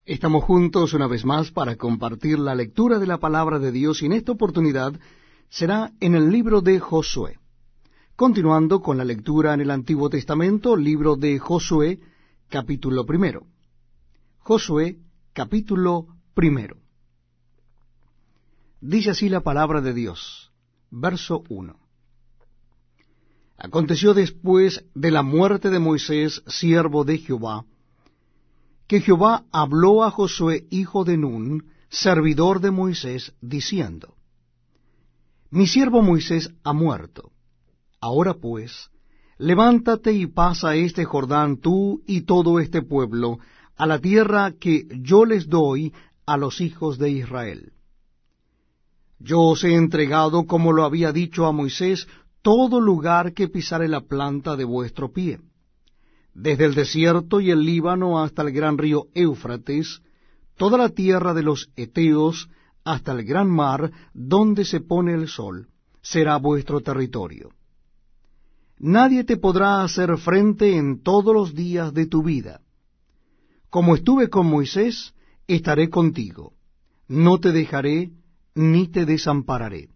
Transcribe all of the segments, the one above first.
Estamos juntos una vez más para compartir la lectura de la palabra de Dios y en esta oportunidad será en el libro de Josué. Continuando con la lectura en el Antiguo Testamento, libro de Josué, capítulo 1. Josué, capítulo 1. Dice así la palabra de Dios, verso 1. Aconteció después de la muerte de Moisés, siervo de Jehová, que Jehová habló a Josué, hijo de Nun, servidor de Moisés, diciendo: Mi siervo Moisés ha muerto. Ahora pues, levántate y pasa este Jordán tú y todo este pueblo a la tierra que yo les doy a los hijos de Israel. Yo os he entregado, como lo había dicho a Moisés, todo lugar que pisare la planta de vuestro pie, desde el desierto y el Líbano hasta el gran río Éufrates, toda la tierra de los Heteos hasta el gran mar donde se pone el sol, será vuestro territorio. Nadie te podrá hacer frente en todos los días de tu vida. Como estuve con Moisés, estaré contigo. No te dejaré ni te desampararé.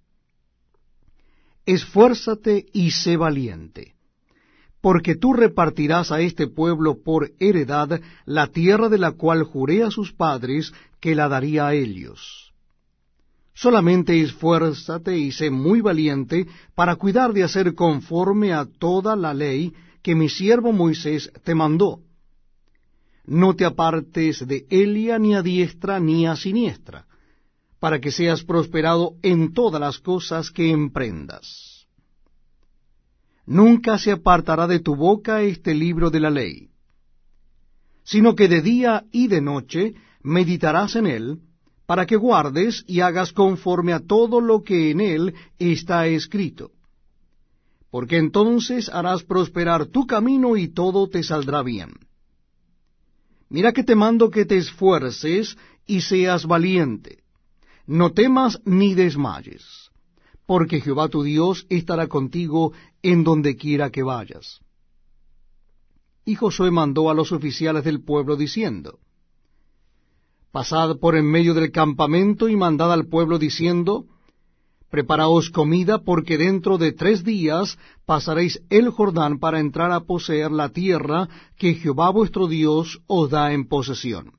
Esfuérzate y sé valiente, porque tú repartirás a este pueblo por heredad la tierra de la cual juré a sus padres que la daría a ellos. Solamente esfuérzate y sé muy valiente para cuidar de hacer conforme a toda la ley que mi siervo Moisés te mandó. No te apartes de ella ni a diestra ni a siniestra, para que seas prosperado en todas las cosas que emprendas. Nunca se apartará de tu boca este libro de la ley, sino que de día y de noche meditarás en él, para que guardes y hagas conforme a todo lo que en él está escrito. Porque entonces harás prosperar tu camino y todo te saldrá bien. Mira que te mando que te esfuerces y seas valiente. No temas ni desmayes, porque Jehová tu Dios estará contigo en donde quiera que vayas. Y Josué mandó a los oficiales del pueblo diciendo: Pasad por en medio del campamento y mandad al pueblo diciendo: Preparaos comida, porque dentro de 3 días pasaréis el Jordán para entrar a poseer la tierra que Jehová vuestro Dios os da en posesión.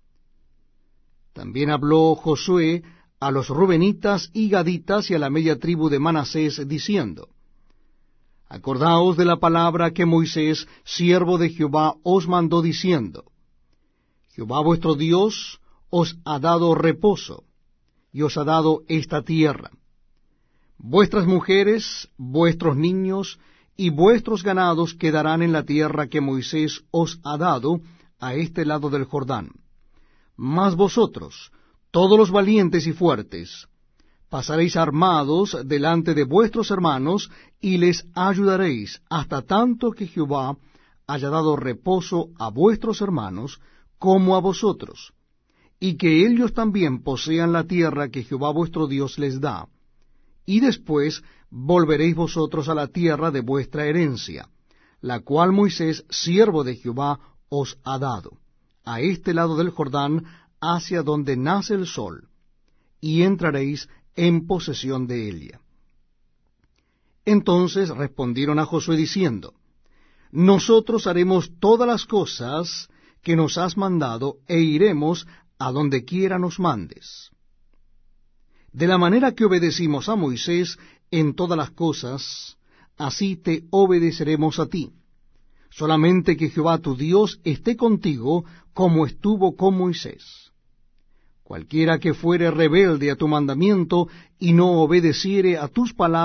También habló Josué a los rubenitas y gaditas y a la media tribu de Manasés, diciendo: Acordaos de la palabra que Moisés, siervo de Jehová, os mandó, diciendo: Jehová vuestro Dios os ha dado reposo, y os ha dado esta tierra. Vuestras mujeres, vuestros niños y vuestros ganados quedarán en la tierra que Moisés os ha dado a este lado del Jordán. Mas vosotros, todos los valientes y fuertes, pasaréis armados delante de vuestros hermanos, y les ayudaréis hasta tanto que Jehová haya dado reposo a vuestros hermanos como a vosotros, y que ellos también posean la tierra que Jehová vuestro Dios les da. Y después volveréis vosotros a la tierra de vuestra herencia, la cual Moisés, siervo de Jehová, os ha dado, a este lado del Jordán, hacia donde nace el sol, y entraréis en posesión de ella. Entonces respondieron a Josué diciendo: Nosotros haremos todas las cosas que nos has mandado, e iremos a donde quiera nos mandes. De la manera que obedecimos a Moisés en todas las cosas, así te obedeceremos a ti. Solamente que Jehová tu Dios esté contigo, como estuvo con Moisés. Cualquiera que fuere rebelde a tu mandamiento y no obedeciere a tus palabras,